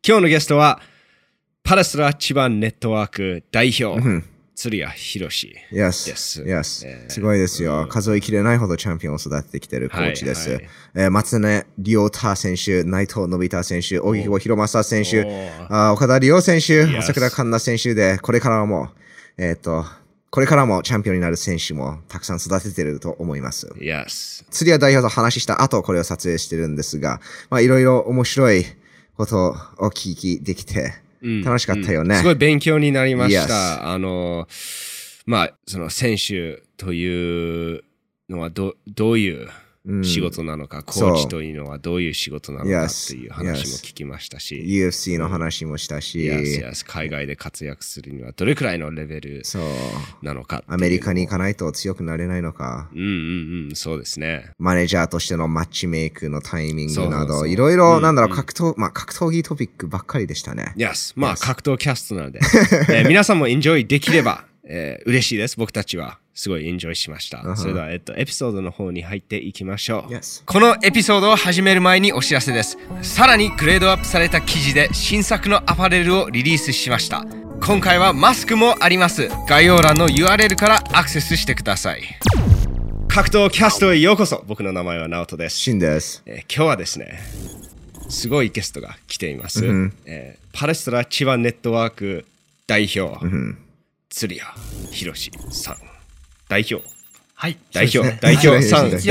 今日のゲストは、パレストラ千葉ネットワーク代表、鶴谷博です。 すごいですよ。数えきれないほどチャンピオンを育ててきているコーチです。松根亮太選手、内藤信太選手、荻窪博正選手、岡田亮選手、朝倉環奈選手で、これからもチャンピオンになる選手もたくさん育てていると思います。釣り屋代表と話した後、これを撮影してるんですが、いろいろ面白いことを聞きできて、楽しかったよね。 すごい勉強になりました。その選手というのはどういう仕事なのか、コーチというのはどういう仕事なのかっていう話も聞きましたし、 UFC の話もしたし、 海外で活躍するにはどれくらいのレベルなのか、 アメリカに行かないと強くなれないのか、 そうですね。 マネージャーとしてのマッチメイクのタイミングなど、いろいろ格闘技トピックばっかりでしたね。 格闘キャストなので、皆さんもエンジョイできれば嬉しいです。僕たちはすごいエンジョイしました。それでは、エピソードの方に入っていきましょう。このエピソードを始める前にお知らせです。さらにグレードアップされた記事で新作のアパレルをリリースしました。今回はマスクもあります。概要欄の URL からアクセスしてください。格闘キャストへようこそ。僕の名前はナオトです。 シンです。 今日はですね、すごいゲストが来ています。パレストラ千葉ネットワーク代表、鶴谷博さん。代表。 はい。 代表で。代表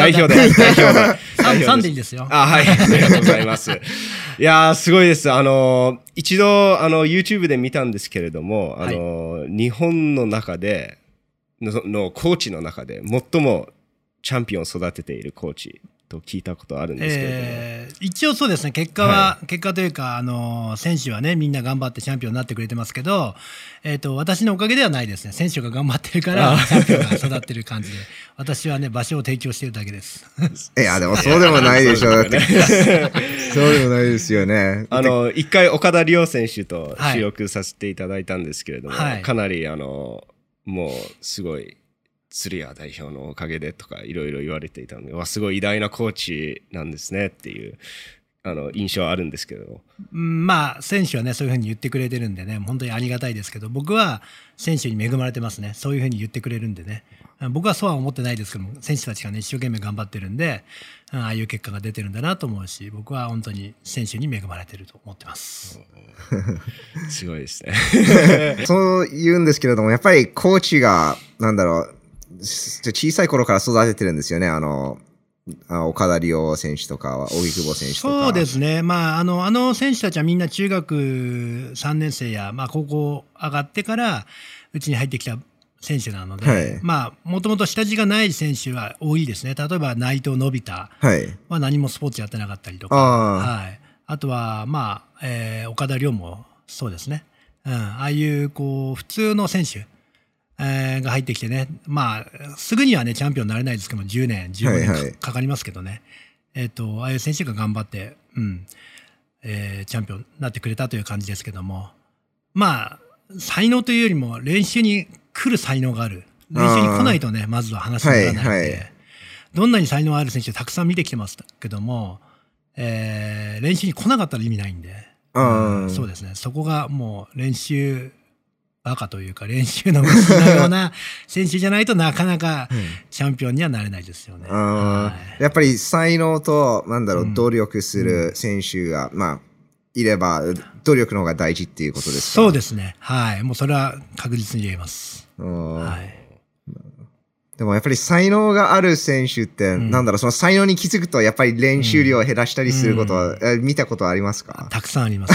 3でいいですよ。 はい。ありがとうございます。いやー、すごいです。一度、YouTube で見たんですけれども、日本の中で、のコーチの中で、最もチャンピオンを育てているコーチと聞いたことあるんですけれども。 一応そうですね、結果というか、選手はね、みんな頑張ってチャンピオンになってくれてますけど、私のおかげではないですね。選手が頑張ってるから、チャンピオンが育ってる感じで、私はね、場所を提供してるだけです。 いや、でもそうでもないでしょ。だって。そうでもないですよね。 一回岡田亮選手と収録させていただいたんですけれども、かなり、もう、すごい、鶴谷代表のおかげでとかいろいろ言われていたので、すごい偉大なコーチなんですねっていう印象はあるんですけど。 選手はね、そういうふうに言ってくれてるんでね、本当にありがたいですけど、僕は選手に恵まれてますね。そういうふうに言ってくれるんでね。僕はそうは思ってないですけども、選手たちがね、一生懸命頑張ってるんで、ああいう結果が出てるんだなと思うし、僕は本当に選手に恵まれてると思ってます。 すごいですね。 そう言うんですけれども、やっぱりコーチが、小さい頃から育ててるんですよね。岡田亮選手とか、荻久保選手とか。 そうですね。選手たちはみんな中学3年生や、高校上がってから、うちに入ってきた選手なので、もともと下地がない選手は多いですね。例えば、内藤信太は何もスポーツやってなかったりとか、あとは、岡田亮もそうですね。ああいう、普通の選手。が入ってきてね、すぐにはね、チャンピオンになれないですけども、10年、15年かかりますけどね、ああいう選手が頑張って、チャンピオンになってくれたという感じですけども、才能というよりも、練習に来る才能がある。練習に来ないとね、まずは話にならないので、どんなに才能ある選手たくさん見てきてますけども、練習に来なかったら意味ないんで、そうですね、そこがもう練習、バカというか練習の虫のような選手じゃないとなかなかチャンピオンにはなれないですよね。 やっぱり才能と努力する選手が、いれば努力の方が大事っていうことですか？ そうですね。はい。もうそれは確実に言えます。 でもやっぱり才能がある選手って、その才能に気づくとやっぱり練習量を減らしたりすることは、見たことはありますか？ たくさんあります。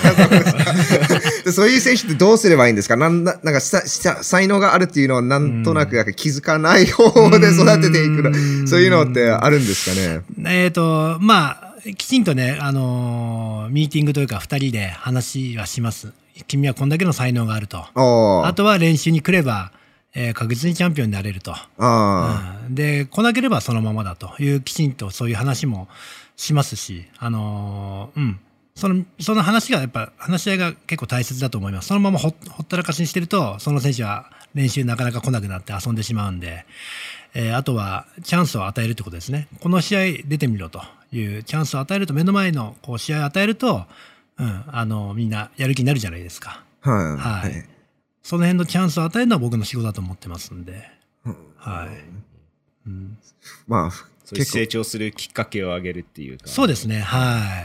そういう選手ってどうすればいいんですか？才能があるっていうのはなんとなく気づかない方で育てていくそういうのってあるんですかね？ きちんとね、ミーティングというか2人で話はします。君はこんだけの才能があると。あとは練習に来れば、確実にチャンピオンになれると。で、来なければそのままだという、きちんとそういう話もしますし、その話がやっぱ、話し合いが結構大切だと思います。そのままほったらかしにしてると、その選手は練習なかなか来なくなって遊んでしまうんで、あとはチャンスを与えるってことですね。この試合出てみろというチャンスを与えると、目の前の試合を与えると、 みんなやる気になるじゃないですか。 はい。 その辺のチャンスを与えるのは僕の仕事だと思ってますんで。はい。 まあ、そういう成長するきっかけを上げるっていうか。 そうですね。はい。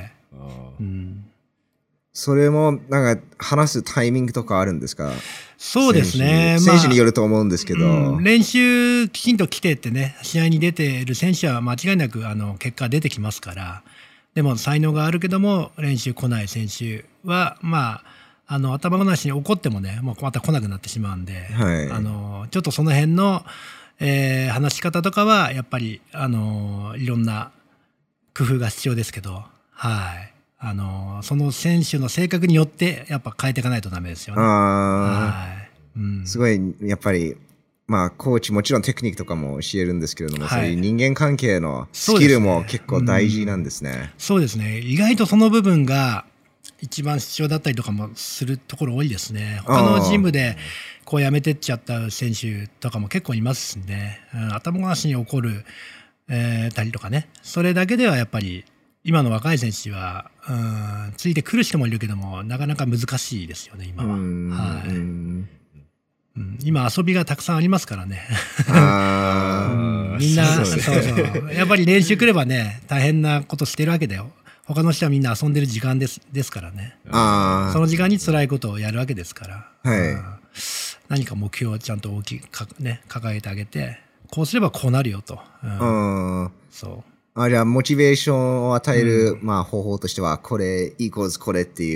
それも、なんか、話すタイミングとかあるんですか？ そうですね。 選手によると思うんですけど。 練習きちんと来てってね、試合に出ている選手は間違いなく、結果出てきますから。でも、才能があるけども、練習来ない選手は、まあ、頭ごなしに怒ってもね、もうまた来なくなってしまうんで、ちょっとその辺の、話し方とかは、やっぱり、いろんな工夫が必要ですけど、はい。その選手の性格によってやっぱ変えていかないとダメですよね。 すごいやっぱりまあコーチもちろんテクニックとかも教えるんですけれども、そういう人間関係のスキルも結構大事なんですね。 そうですね。意外とその部分が一番必要だったりとかもするところ多いですね。他のジムでこうやめてっちゃった選手とかも結構いますんで、頭ごなしに怒る、たりとかね。それだけではやっぱり今の若い選手はついてくる人もいるけどもなかなか難しいですよね今は。今遊びがたくさんありますからね。みんなそうやっぱり練習来ればね大変なことしてるわけだよ。他の人はみんな遊んでる時間ですからね。その時間に辛いことをやるわけですから、何か目標をちゃんと大きくね掲げてあげてこうすればこうなるよと。そう。 じゃあモチベーションを与える、まあ、方法としてはこれイコールこれっていう、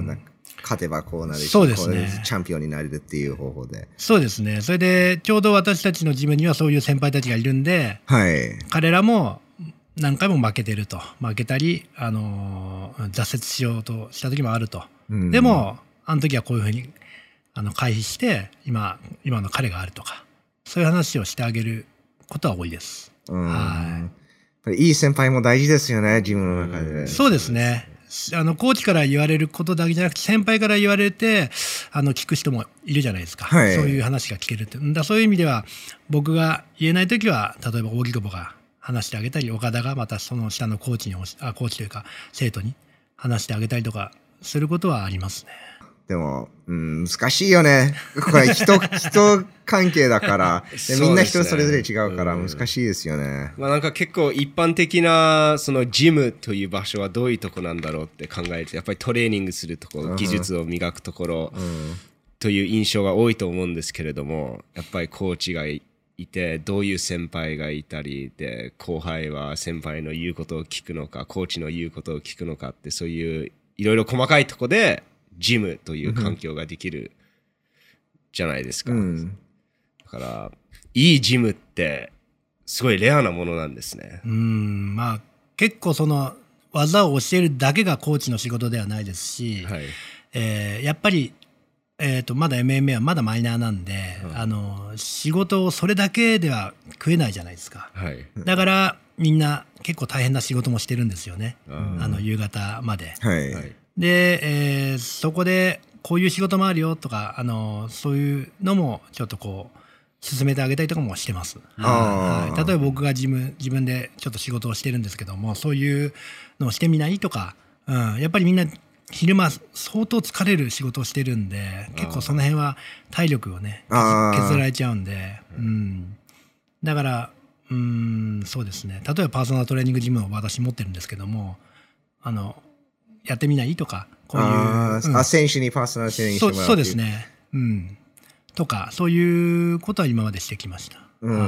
勝てばこうなるし、 そうですね、 チャンピオンになれるっていう方法で。 そうですね。それでちょうど私たちのジムにはそういう先輩たちがいるんで、彼らも何回も負けてると負けたり、挫折しようとした時もあると、でもあの時はこういうふうに回避して今の彼があるとかそういう話をしてあげることは多いです。 いい先輩も大事ですよね、ジムの中で。 そうですね。コーチから言われることだけじゃなくて、先輩から言われて、聞く人もいるじゃないですか。そういう話が聞けるって。そういう意味では、僕が言えないときは、例えば大木久保が話してあげたり、岡田がまたその下のコーチというか、生徒に話してあげたりとか、することはありますね。 でも、難しいよね。これ人関係だからでみんな人それぞれ違うから難しいですよね。 まあなんか結構一般的なそのジムという場所はどういうとこなんだろうって考えて、やっぱりトレーニングするところ、技術を磨くところという印象が多いと思うんですけれども、やっぱりコーチがいてどういう先輩がいたりで、後輩は先輩の言うことを聞くのか、コーチの言うことを聞くのかって、そういういろいろ細かいところでジムという環境ができるじゃないですか。だからいいジムってすごいレアなものなんですね。 まあ結構その技を教えるだけがコーチの仕事ではないですし、やっぱりまだ MMA はまだマイナーなんで、仕事をそれだけでは食えないじゃないですか。だからみんな結構大変な仕事もしてるんですよね。夕方まで。で、そこでこういう仕事もあるよとかそういうのもちょっとこう進めてあげたりとかもしてます。例えば僕が自分でちょっと仕事をしてるんですけども、そういうのをしてみないとか、やっぱりみんな昼間相当疲れる仕事をしてるんで、結構その辺は体力をね削られちゃうんで、だからそうですね。例えばパーソナルトレーニングジムを私持ってるんですけども、やってみないとか、こういう選手にパーソナルトレーニングしてもらう。 そうですね。とかそういうことは今までしてきました。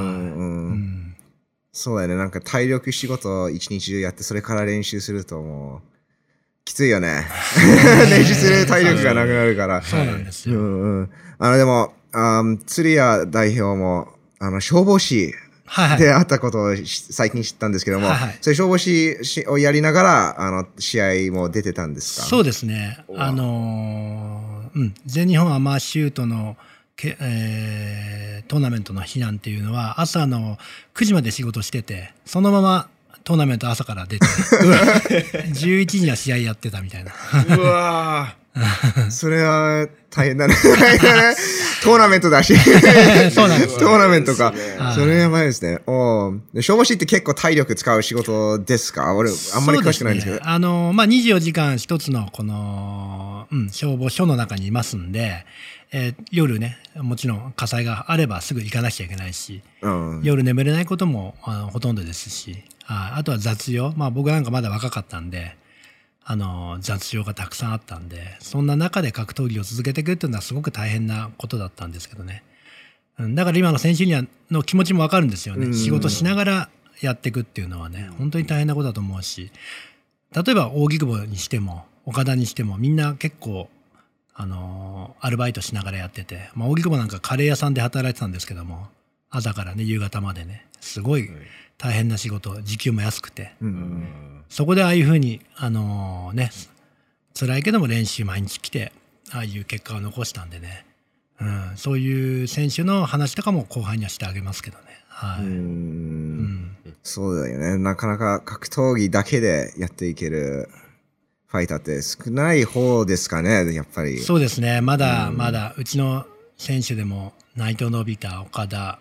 そうだよね。なんか体力仕事を一日中やってそれから練習するともうきついよね。練習する体力がなくなるから。 そうなんですよ。 でも鶴谷代表も消防士であったことを最近知ったんですけども、それ消防士をやりながら試合も出てたんですか？ そうですね。全日本アマシュートのトーナメントの避難っていうのは朝の9時まで仕事してて、そのままトーナメント朝から出て11時には試合やってたみたいな。 うわそれは大変だね。トーナメントだし。 そうなんです。 トーナメントか。それやばいですね。消防士って結構体力使う仕事ですか？俺、あんまり詳しくないんですけど。 まあ、24時間一つのこの、消防署の中にいますんで、夜ね、もちろん火災があればすぐ行かなきゃいけないし、夜眠れないこともほとんどですし、あとは雑用。まあ僕なんかまだ若かったんで、雑用がたくさんあったんで、そんな中で格闘技を続けていくっていうのはすごく大変なことだったんですけどね。だから今の選手にはの気持ちもわかるんですよね。仕事しながらやっていくっていうのはね、本当に大変なことだと思うし、例えば扇久保にしても岡田にしてもみんな結構アルバイトしながらやってて、まあ、扇久保なんかカレー屋さんで働いてたんですけども、朝からね夕方までね、すごい大変な仕事、時給も安くて、そこでああいうふうにね、辛いけども練習毎日来てああいう結果を残したんでね、そういう選手の話とかも後輩にはしてあげますけどね。はい。 そうだよね。なかなか格闘技だけでやっていけるファイターって少ない方ですかね、やっぱり。 そうですね。まだまだうちの選手でも内藤信太、岡田、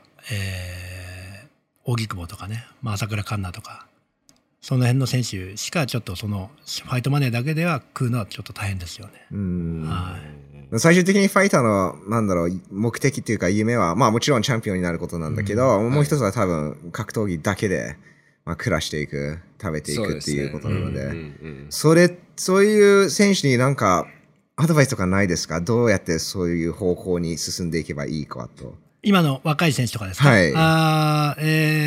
扇久保とかね、朝倉環奈とか、その辺の選手しかちょっとそのファイトマネーだけでは食うのはちょっと大変ですよね。 はい、最終的にファイターの目的っていうか夢は、まあもちろんチャンピオンになることなんだけど、もう一つは多分格闘技だけで、暮らしていく、食べていくっていうことなので、そういう選手になんかアドバイスとかないですか？どうやってそういう方向に進んでいけばいいかと。 今の若い選手とかですか？はい。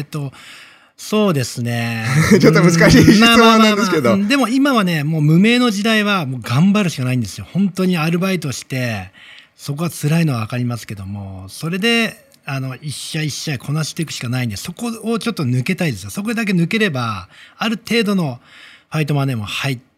そうですね。 ちょっと難しい質問なんですけど。 でも今はね、もう無名の時代はもう頑張るしかないんですよ。本当にアルバイトして、そこは辛いのはわかりますけども、それで、一試合一試合こなしていくしかないんで、そこをちょっと抜けたいですよ。そこだけ抜ければ、ある程度のファイトマネーも入って、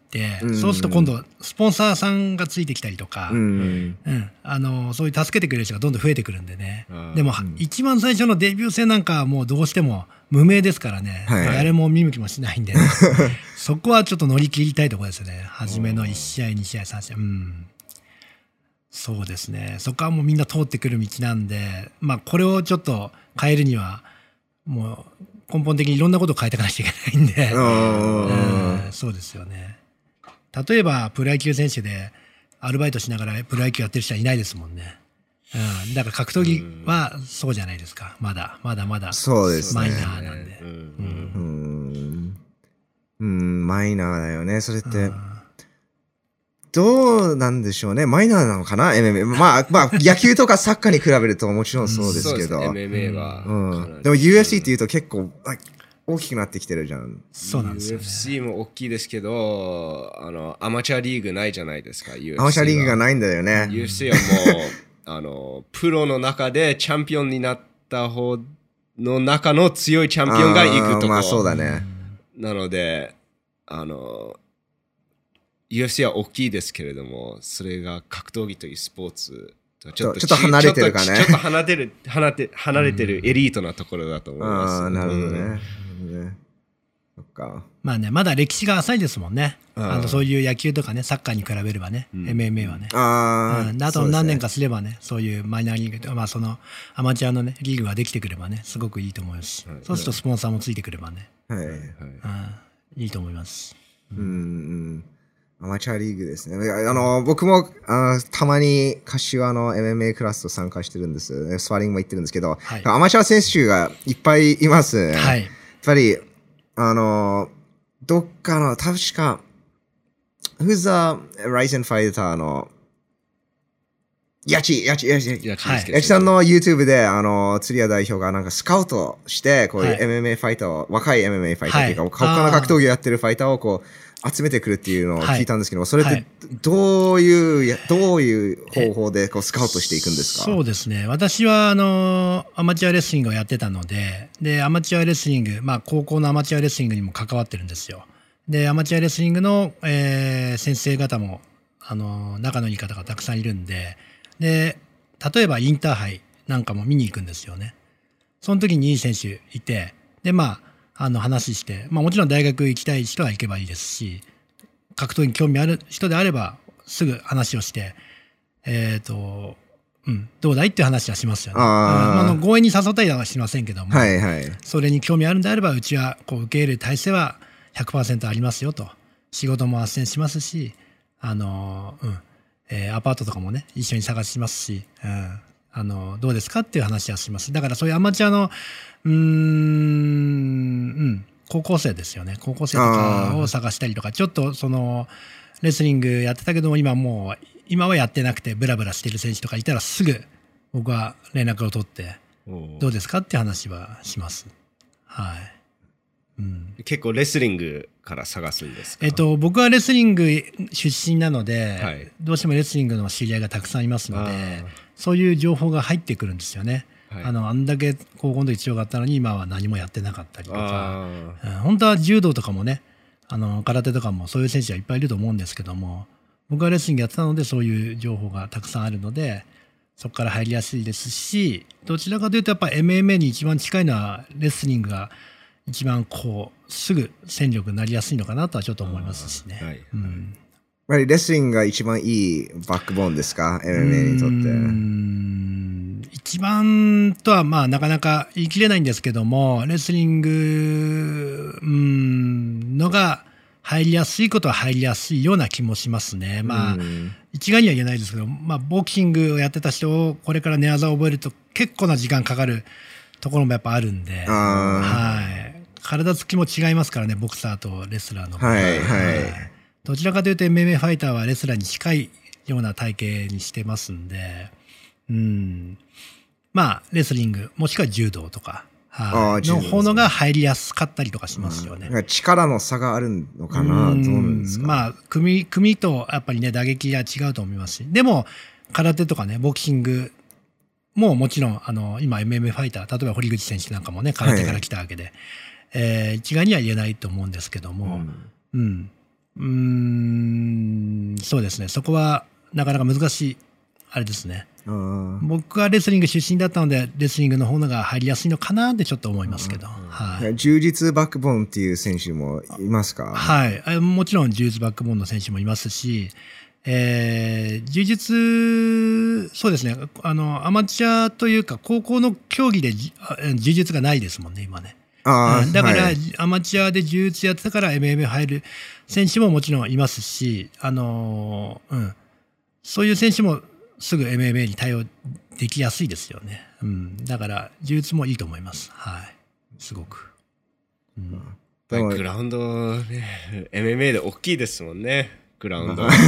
そうすると今度、スポンサーさんがついてきたりとか、そういう助けてくれる人がどんどん増えてくるんでね。でも、一番最初のデビュー戦なんかはもうどうしても無名ですからね。誰も見向きもしないんで、ね、そこはちょっと乗り切りたいところですよね。初めの1試合、2試合、3試合。そうですね。そこはもうみんな通ってくる道なんで、まあこれをちょっと変えるには、もう根本的にいろんなことを変えていかなきゃいけないんで、そうですよね。例えばプロ野球選手でアルバイトしながらプロ野球やってる人はいないですもんね。だから格闘技はそうじゃないですか。まだそうですね、 マイナーなんで。 マイナーだよね。それって。どうなんでしょうね。マイナーなのかな ?MMA。まあ、野球とかサッカーに比べるともちろんそうですけど。 MMA は。 でも UFC って言うと結構大きくなってきてるじゃん。 そうなんですよね。 UFC も大きいですけど、アマチュアリーグないじゃないですか、UFC は。 アマチュアリーグがないんだよね。 UFC はもう、プロの中でチャンピオンになった方の中の強いチャンピオンが行くとこ。 まあそうだね。 なので、UFC は大きいですけれども、それが格闘技というスポーツとちょっと離れてるかね。 ちょっと離れてるエリートなところだと思います。 なるほどね。そっか。 まあね、まだ歴史が浅いですもんね。そういう野球とかね、サッカーに比べればね、MMA はね。あと何年かすればね、そういうマイナーリーグとか、そのアマチュアのね、リーグができてくればね、すごくいいと思うし、そうするとスポンサーもついてくればね、いいと思います。 アマチュアリーグですね。僕もたまに柏の MMA クラスと参加してるんです。スワリングも行ってるんですけど、アマチュア選手がいっぱいいます。やっぱり、どっかの、確か、Who's the Rising Fighter の、ヤチさんの YouTube で、釣り屋代表がなんかスカウトして、こういう MMA ファイターを、若い MMA ファイターっていうか、他の格闘技をやってるファイターをこう、集めてくるっていうのを聞いたんですけど、それってどういう方法でこうスカウトしていくんですか？ そうですね。私はアマチュアレスリングをやってたので、アマチュアレスリング、高校のアマチュアレスリングにも関わってるんですよ。で、アマチュアレスリングの、先生方も仲のいい方がたくさんいるんで、例えばインターハイなんかも見に行くんですよね。その時にいい選手いて、で話して、もちろん大学行きたい人は行けばいいですし、格闘技に興味ある人であればすぐ話をして、どうだいっていう話はしますよね。強引に誘ったりはしませんけども、それに興味あるんであれば、うちはこう受け入れる体制は 100% ありますよと。仕事も斡旋しますし、アパートとかもね、一緒に探しますし、どうですかっていう話はします。だからそういうアマチュアの、高校生ですよね。高校生とかを探したりとか、ちょっとレスリングやってたけども、今はやってなくてブラブラしてる選手とかいたらすぐ僕は連絡を取ってどうですかって話はします。はい。 結構レスリングから探すんですか？ 僕はレスリング出身なので、どうしてもレスリングの知り合いがたくさんいますので、そういう情報が入ってくるんですよね。あんだけ高校の時強かったのに今は何もやってなかったりとか、本当は柔道とかもね、空手とかもそういう選手はいっぱいいると思うんですけども、僕はレスリングやってたのでそういう情報がたくさんあるので、そこから入りやすいですし、どちらかというとやっぱ MMA に一番近いのはレスリングが一番すぐ戦力になりやすいのかなとはちょっと思いますしね。 やはりレスリングが一番いいバックボーンですか？ MMA にとって。 一番とはなかなか言い切れないんですけども、レスリングのが入りやすいことは入りやすいような気もしますね。一概には言えないですけど、ボクシングをやってた人をこれから寝技を覚えると結構な時間かかるところもやっぱあるんで、体つきも違いますからね、ボクサーとレスラーの。どちらかというと MMA ファイターはレスラーに近いような体型にしてますんで、レスリングもしくは柔道とかの方のが入りやすかったりとかしますよね。 力の差があるのかな、どうなんですか？ 組とやっぱりね、打撃が違うと思いますし、でも空手とかね、ボクシングももちろん今 MMA ファイター、例えば堀口選手なんかもね、空手から来たわけで、一概には言えないと思うんですけども、そうですね、そこはなかなか難しいあれですね。僕はレスリング出身だったので、レスリングの方が入りやすいのかなってちょっって思いますけど。 柔術バックボーンっていう選手もいますか？ もちろん柔術バックボーンの選手もいますし、柔術、そうですね、アマチュアというか高校の競技で柔術がないですもんね、今ね。だから、アマチュアで柔術やってたから MMA 入る選手ももちろんいますし、そういう選手もすぐ MMA に対応できやすいですよね。だから柔術もいいと思います。すごく。 グラウンドね、MMA で大きいですもんね。グラウンド。グ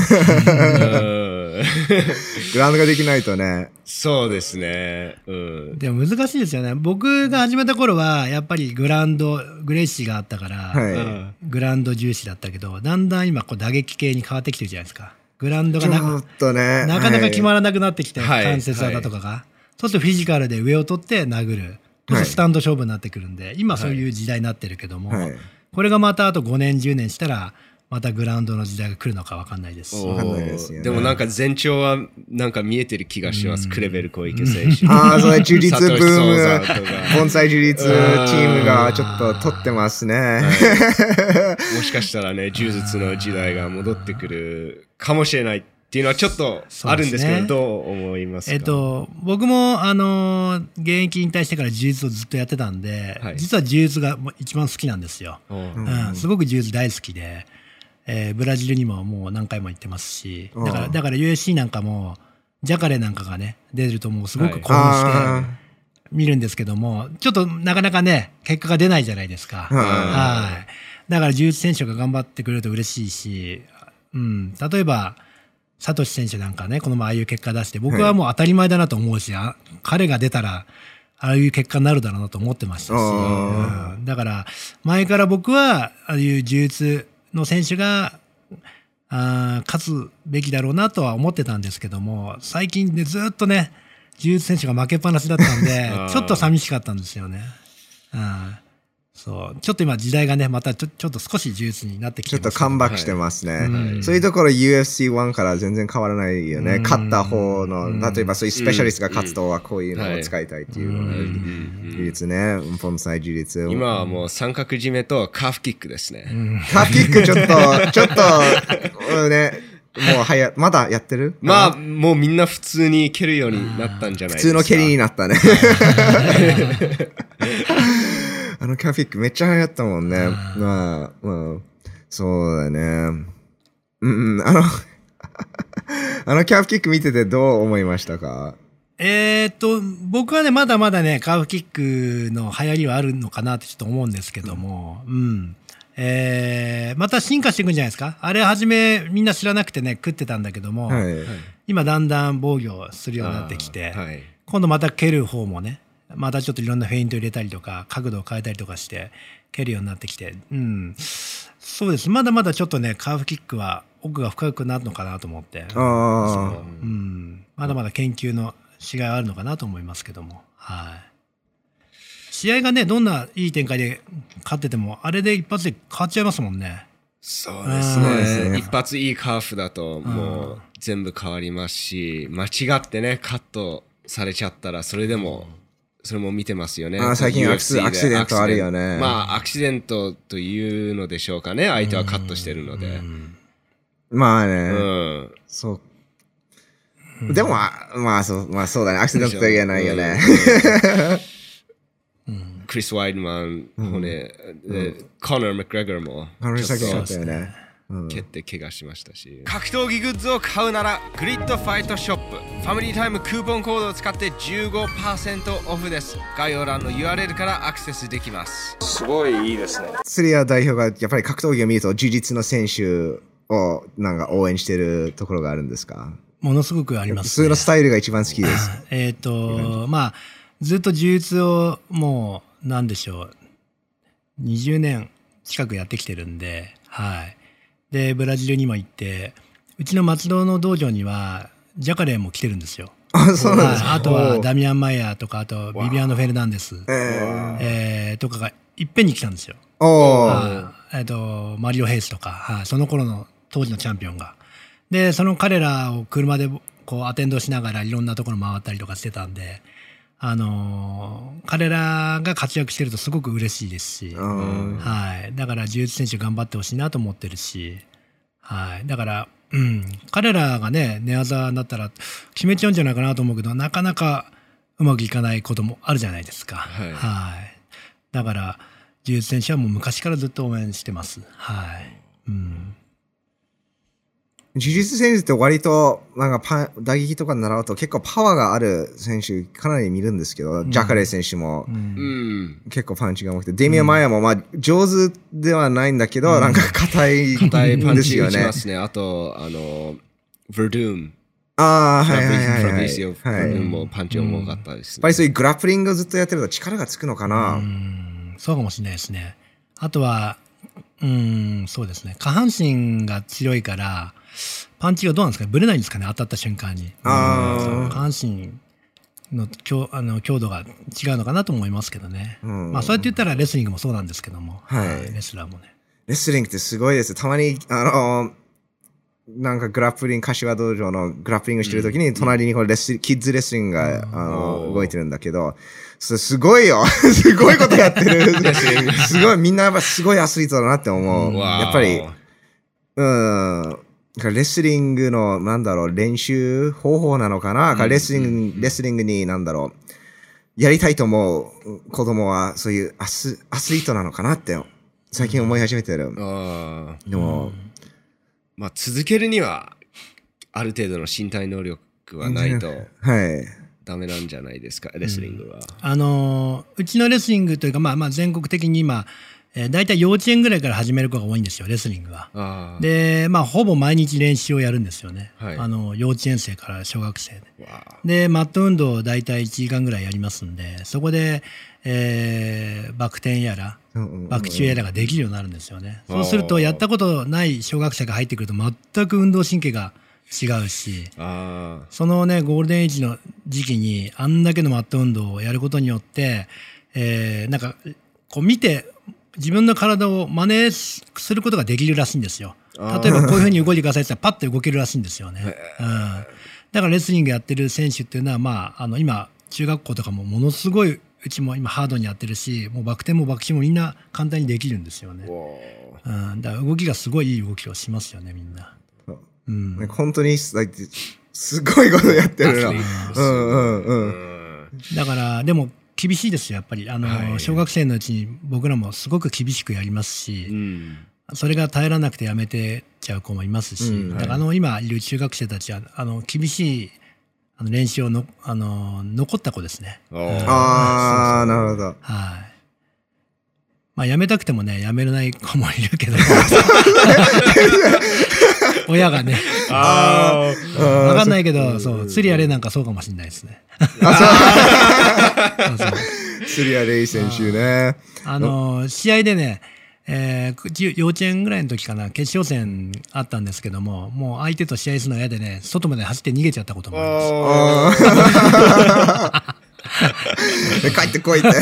ラウンドができないとね。 そうですね。 でも難しいですよね。僕が始めた頃はやっぱりグラウンド、グレイシーがあったから、グラウンド重視だったけど、だんだん今打撃系に変わってきてるじゃないですか。グラウンドがなかなか決まらなくなってきて、関節技とかが。そうするとフィジカルで上を取って殴る。スタンド勝負になってくるんで、今そういう時代になってるけども、これがまたあと5年、10年したら、またグラウンドの時代が来るのか分かんないですし。 でもなんか前兆はなんか見えてる気がします。クレベル小池選手。 そうね、柔術ブーム、盆栽柔術チームがちょっと取ってますね。 もしかしたらね、柔術の時代が戻ってくるかもしれないっていうのはちょっとあるんですけど、どう思いますか？ 僕も現役引退してから柔術をずっとやってたんで、実は柔術が一番好きなんですよ。すごく柔術大好きで。ブラジルにももう何回も行ってますし、だから UFC なんかもジャカレなんかがね出るともうすごく興奮して見るんですけども、ちょっとなかなかね結果が出ないじゃないですか。だから柔術選手が頑張ってくれると嬉しいし、例えばサトシ選手なんかね、この前ああいう結果出して、僕はもう当たり前だなと思うし、彼が出たらああいう結果になるだろうなと思ってましたし、だから前から僕はああいう柔術の選手が勝つべきだろうなとは思ってたんですけども、最近でずっとね柔術選手が負けっぱなしだったんでちょっと寂しかったんですよね。そうちょっと今時代がねまたちょっと少し柔術になってきてます、 ちょっとカムバックしてますね。そういうところ UFC1 から全然変わらないよね。勝った方の例えばそういうスペシャリストが勝つとはこういうのを使いたいっていう技術ね。盆栽技術。 今はもう三角締めとカーフキックですね。 カーフキックちょっとねまだやってる？ まあ、もうみんな普通に蹴るようになったんじゃないですか。 普通の蹴りになったね。キャフキックめっちゃ流行ったもんね。まあ、そうだね。キャフキック見ててどう思いましたか？ 僕はね、まだまだね、カーフキックの流行りはあるのかなってちょっと思うんですけども、また進化していくんじゃないですか。あれはじめみんな知らなくてね、食ってたんだけども、今だんだん防御するようになってきて、今度また蹴る方もね、またちょっといろんなフェイント入れたりとか、角度を変えたりとかして蹴るようになってきて、そうです。まだまだちょっとね、カーフキックは奥が深くなるのかなと思って、まだまだ研究の違いはあるのかなと思いますけども、試合がね、どんないい展開で勝ってても、あれで一発で変わっちゃいますもんね。 そうですね。一発いいカーフだともう全部変わりますし、間違ってね、カットされちゃったら、それも見てますよね。 最近アクシデントあるよね。 まあ、アクシデントというのでしょうかね。相手はカットしてるので。 まあね。そう。でも、まあそうだね。アクシデントとは言えないよね。 クリス・ワイドマン、コナー・マクレガーも蹴って怪我しましたし。格闘技グッズを買うならグリッドファイトショップ。ファミリータイムクーポンコードを使って 15% オフです。概要欄の URL からアクセスできます。すごいいいですね。 スリア代表がやっぱり格闘技を見ると、jiu jitsuの選手をなんか応援してるところがあるんですか？ ものすごくあります、 普通のスタイルが一番好きです。 まあ、ずっと柔術をもう、なんでしょう、20年近くやってきてるんで、で、ブラジルにも行って、うちの松戸の道場には、ジャカレーも来てるんですよ。 そうなんですか。 あとはダミアン・マイヤーとか、あとビビアノ・フェルナンデス、とかがいっぺんに来たんですよ。マリオ・ヘイスとか、その頃の当時のチャンピオンが。で、その彼らを車でこうアテンドしながらいろんなところ回ったりとかしてたんで、彼らが活躍してるとすごく嬉しいですし、だから柔術選手頑張ってほしいなと思ってるし、だから、彼らがね、寝技になったら決めちゃうんじゃないかなと思うけど、なかなかうまくいかないこともあるじゃないですか。だから、柔術選手はもう昔からずっと応援してます。 jiu jitsu選手って割となんか打撃とか習うと結構パワーがある選手かなり見るんですけど、ジャカレー選手も結構パンチが重くて、デミアン・マイヤーもまあ上手ではないんだけど、なんか硬いパンチ打ちますね。あとヴァルドゥーム、フラビシオ・ヴァルドゥームもパンチ重かったですね。 やっぱりそういうグラップリングをずっとやってると力がつくのかな。 そうかもしれないですね。あとはそうですね、下半身が強いからパンチがどうなんですかね、ぶれないんですかね、当たった瞬間に。下半身の強度が違うのかなと思いますけどね。まあそうやって言ったらレスリングもそうなんですけども、レスラーもね。 レスリングってすごいです。たまになんかグラップリング、柏道場のグラップリングしてるときに隣にこうキッズレスリングが動いてるんだけど、すごいよ。すごいことやってる。すごい、みんなやっぱすごいアスリートだなって思う。やっぱり、レスリングの、練習方法なのかな、レスリングに、やりたいと思う子供は、そういうアスリートなのかなって、最近思い始めてる。でも、 まあ、続けるには、ある程度の身体能力はないと、ダメなんじゃないですか、レスリングは。 うちのレスリングというか、まあ全国的に今、だいたい幼稚園ぐらいから始める子が多いんですよ、レスリングは。で、まあ、ほぼ毎日練習をやるんですよね。幼稚園生から小学生で。で、マット運動をだいたい1時間ぐらいやりますんで、そこで、バク転やら、バク宙やらができるようになるんですよね。そうすると、やったことない小学生が入ってくると、全く運動神経が違うし、そのね、ゴールデンエイジの時期に、あんだけのマット運動をやることによって、なんか、こう見て、自分の体を真似することができるらしいんですよ。例えばこういうふうに動いてくださいって言ったらパッと動けるらしいんですよね。だからレスリングやってる選手っていうのは、まあ、今中学校とかもものすごい、うちも今ハードにやってるし、もうバク転もバク宙もみんな簡単にできるんですよね。だから動きがすごいいい動きをしますよね、みんな。 うん、 本当にすごいことやってるな。 だから、でも厳しいですよ、やっぱり。小学生のうちに僕らもすごく厳しくやりますし、それが耐えられなくてやめてちゃう子もいますし、だから今いる中学生たちは、厳しい練習を残った子ですね。 ああ、なるほど。 はい。まあ、やめたくてもね、やめれない子もいるけど。親がね。わかんないけど、そう、釣りやれなんかそうかもしれないですね。 釣りやれいい選手ね。 試合でね、幼稚園ぐらいの時かな、決勝戦あったんですけども、もう相手と試合するの嫌でね、外まで走って逃げちゃったこともあります。 帰ってこいって。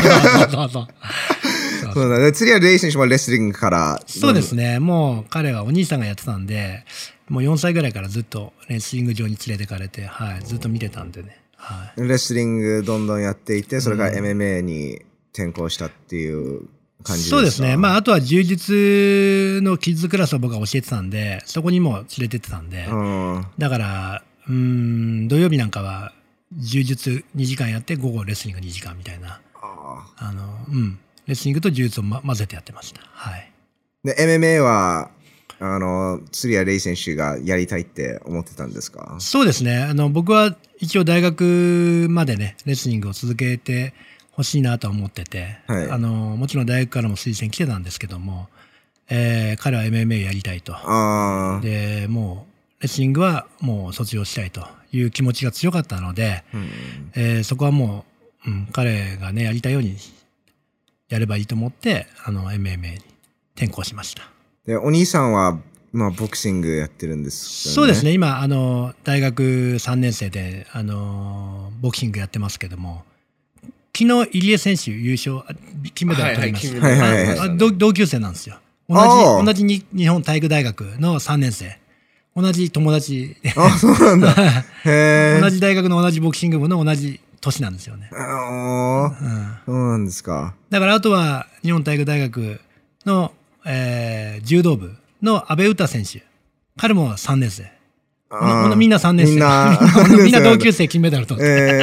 そうだね。釣りはレイ選手もレスリングから。 そうですね。もう彼はお兄さんがやってたんで、もう4歳ぐらいからずっとレスリング場に連れてかれて、はい、ずっと見てたんでね。はい、 レスリングどんどんやっていて、それから MMA に転向したっていう感じですか？ そうですね。まあ、あとは柔術のキッズクラスを僕は教えてたんで、そこにも連れてってたんで、だから、土曜日なんかは柔術2時間やって、午後レスリング2時間みたいな。レスリングと柔術を混ぜてやってました。はい。 で、MMA は、釣りやレイ選手がやりたいって思ってたんですか？ そうですね。僕は一応大学までね、レスリングを続けてほしいなと思ってて、はい、もちろん大学からも推薦来てたんですけども、彼は MMA やりたいと。で、もう、レスリングはもう卒業したいという気持ちが強かったので、そこはもう、彼がね、やりたいようにやればいいと思って、MMA に転向しました。 で、お兄さんは、まあ、ボクシングやってるんですよね。 そうですね。今、大学3年生で、ボクシングやってますけども、昨日、入江選手優勝、金メダル取りました。同級生なんですよ。同じ日本体育大学の3年生。同じ友達。 あ、そうなんだ。 同じ大学の同じボクシング部の同じ年なんですよね。 そうなんですか。 だから、あとは、日本体育大学の、柔道部の阿部詩選手。彼も3年生。みんな3年生。みんな同級生金メダル取って。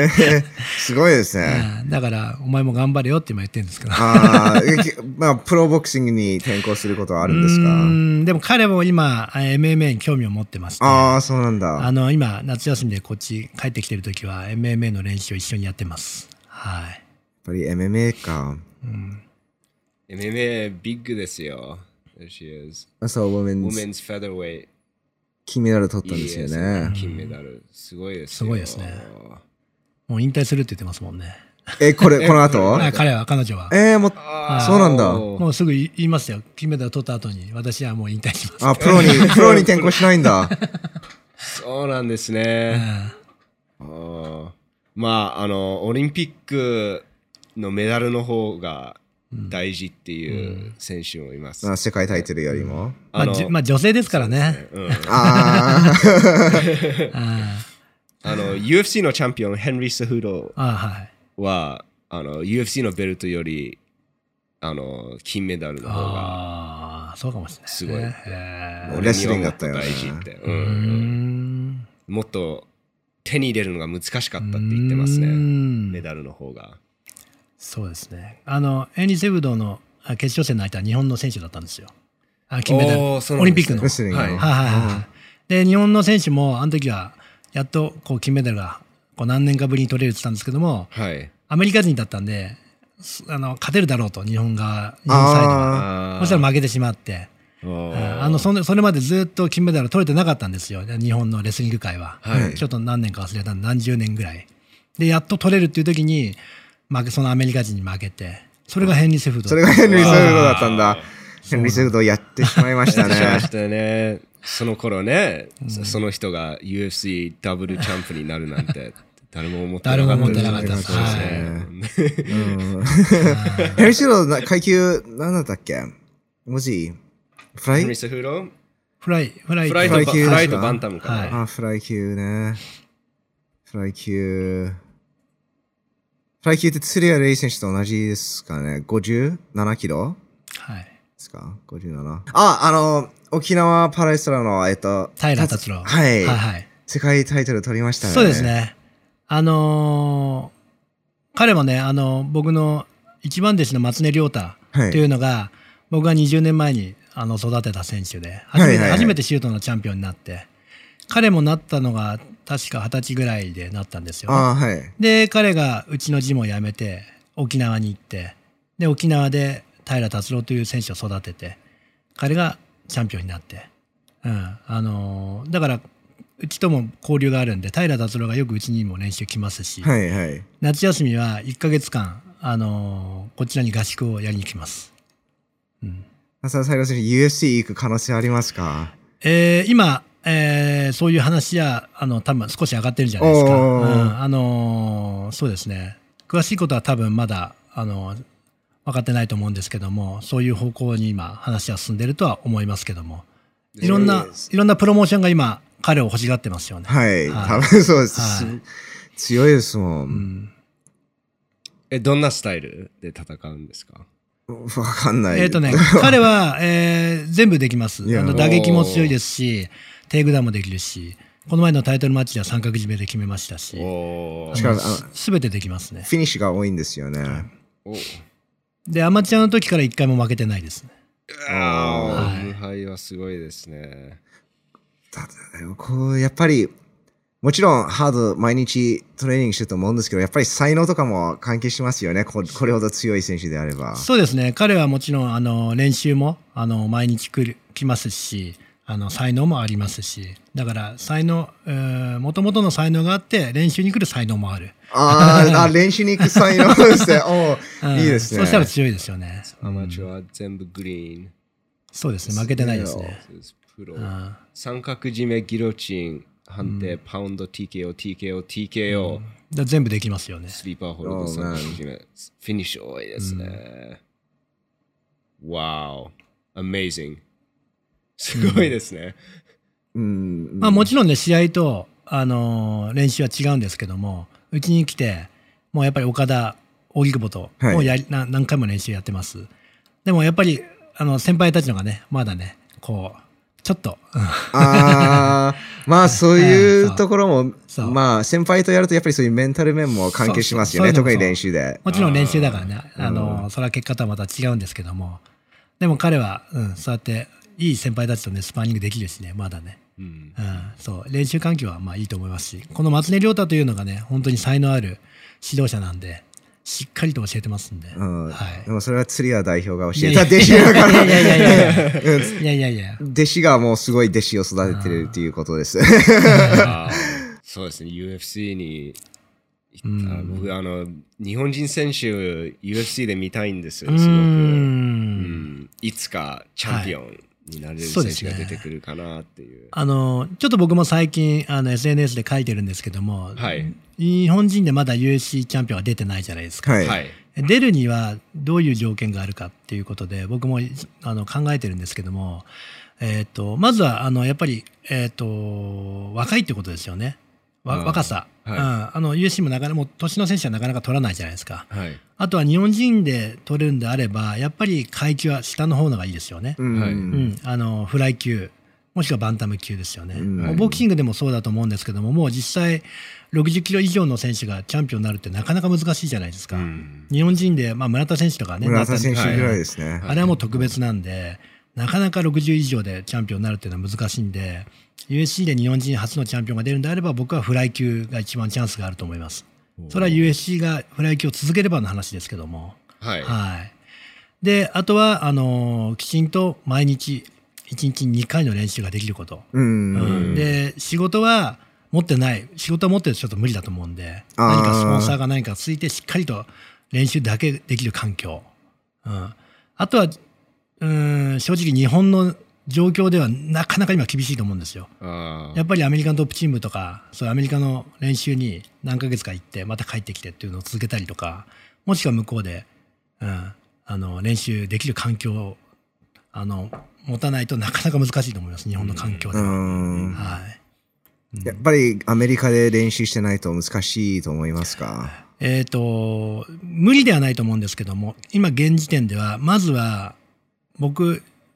すごいですね。 だから、お前も頑張れよって今言ってるんですけど。 まあ、プロボクシングに転向することはあるんですか？ でも彼も今、MMA に興味を持ってまして。 ああ、そうなんだ。 今、夏休みでこっち帰ってきてるときは、MMA の練習を一緒にやってます。はい。やっぱり MMA か。 MMA ビッグですよ。There she is. そう、 Women's Featherweight。 金メダル取ったんですよね。 金メダル。すごいです。 すごいですね。もう引退するって言ってますもんね。 この後彼女は。 もう、そうなんだ。 もうすぐ言いますよ。金メダル取った後に、私はもう引退します。 あ、プロに転向しないんだ。 そうなんですね。まあ、オリンピックのメダルの方が、大事っていう選手もいます。 世界タイトルよりも。 まあ女性ですからね。 UFC のチャンピオンヘンリー・セフードはUFC のベルトより金メダルの方がそうかもしれない。 すごい。 レスリングだったよね。 大事って。もっと手に入れるのが難しかったって言ってますね。メダルの方が。 そうですね。ヘンリー・セフードの決勝戦の相手は日本の選手だったんですよ。金メダル。オリンピックの。で、日本の選手も、あの時は、やっと金メダルが何年かぶりに取れるって言ったんですけども、アメリカ人だったんで、勝てるだろうと、日本サイドは。そしたら負けてしまって、それまでずっと金メダル取れてなかったんですよ。日本のレスリング界は。ちょっと何年か忘れたんで、何十年ぐらい。で、やっと取れるっていう時に、そのアメリカ人に負けて、それがヘンリー・セフード。 それがヘンリー・セフードだったんだ。ヘンリー・セフードやってしまいましたね。その頃ね、その人が UFC ダブルチャンプになるなんて、誰も思ってなかったですね。 ヘンリー・セフード階級何だったっけ？文字フライ？ ヘンリー・セフード？ フライとバンタムかな。 フライ級ね。フライ級って釣りやレイ選手と同じですかね。57キロですか ?57。 沖縄パラエストラの、 平達郎。 はい。 はいはい。 世界タイトル取りましたね。 そうですね。彼もね、僕の一番弟子の松根亮太というのが、僕が20年前に育てた選手で、初めてシュートのチャンピオンになって、彼もなったのが確か20歳ぐらいでなったんですよ、ね。 はい、 で、彼がうちのジムを辞めて、沖縄に行って、で、沖縄で平達郎という選手を育てて、彼がチャンピオンになって、だから、うちとも交流があるんで、平達郎がよくうちにも練習来ますし、 はいはい、 夏休みは1ヶ月間、こちらに合宿をやりに来ます。 平選手、UFC 行く可能性ありますか？ 今、そういう話は多分少し上がってるんじゃないですか。そうですね。詳しいことは多分まだ分かってないと思うんですけども、そういう方向に今話は進んでるとは思いますけども、いろんなプロモーションが今彼を欲しがってますよね。 はい、多分そうです。強いですもん。 どんなスタイルで戦うんですか？ わかんない。 彼は、全部できます。打撃も強いですし、テイクダウンもできるし、この前のタイトルマッチでは三角締めで決めましたし、すべてできますね。 フィニッシュが多いんですよね。 で、アマチュアの時から一回も負けてないですね。 無敗はすごいですね。 やっぱり、もちろんハード毎日トレーニングしてると思うんですけど、やっぱり才能とかも関係しますよね。これほど強い選手であれば。 そうですね。彼はもちろん練習も毎日来ますし、才能もありますし、だから才能、もともとの才能があって練習に来る才能もある。 練習に行く才能ですね。いいですね。 そうしたら強いですよね。 アマチュアは全部グリーン。 そうですね。負けてないですね。 プロ。三角締め、ギロチン、判定、パウンド、TKO。 全部できますよね。 スリーパーホールド、三角締め。フィニッシュ多いですね。Wow. Amazing. すごいですね。 まあもちろんね、試合と、練習は違うんですけども、うちに来て、もうやっぱり岡田、荻久保と、もう何回も練習やってます。でもやっぱり、先輩たちのがね、まだね、こう、ちょっと。 まあそういうところも、まあ先輩とやるとやっぱりそういうメンタル面も関係しますよね、特に練習で。 もちろん練習だからね、それは結果とはまた違うんですけども、でも彼は、そうやっていい先輩たちとね、スパーリングできるしね、まだね。そう、練習環境はまあいいと思いますし、この松根亮太というのがね、本当に才能ある指導者なんで、しっかりと教えてますんで。 でもそれは釣り屋代表が教えた弟子だから。いや。弟子がもうすごい弟子を育ててるっていうことです。 そうですね、UFC に行った。僕、日本人選手、UFC で見たいんですよ、すごく。いつかチャンピオンになれる選手が出てくるかなっていう。 ちょっと僕も最近SNS で書いてるんですけども、日本人でまだ UFC チャンピオンは出てないじゃないですか。出るにはどういう条件があるかっていうことで僕も考えてるんですけども、まずはやっぱり、若いってことですよね。若さ。UFC もなかなかもう年の選手はなかなか取らないじゃないですか。あとは日本人で取れるんであればやっぱり階級は下の方のがいいですよね。フライ級もしくはバンタム級ですよね。ボクシングでもそうだと思うんですけども、もう実際60キロ以上の選手がチャンピオンになるってなかなか難しいじゃないですか。日本人で、村田選手とかね、 村田選手ぐらいですね。 あれはもう特別なんで、なかなか60以上でチャンピオンになるっていうのは難しいんで、USC で日本人初のチャンピオンが出るんであれば、僕はフライ級が一番チャンスがあると思います。それは USC がフライ級を続ければの話ですけども。で、あとはきちんと毎日1日に2回の練習ができること。で、仕事は持ってない、仕事は持ってるとちょっと無理だと思うんで、何かスポンサーが何かついてしっかりと練習だけできる環境。あとは、正直日本の状況ではなかなか今厳しいと思うんですよ。やっぱりアメリカのトップチームとか、そういうアメリカの練習に何ヶ月か行って、また帰ってきてっていうのを続けたりとか、もしくは向こうで、練習できる環境を、持たないとなかなか難しいと思います、日本の環境では。 やっぱりアメリカで練習してないと難しいと思いますか？ 無理ではないと思うんですけども、今現時点では、まずは僕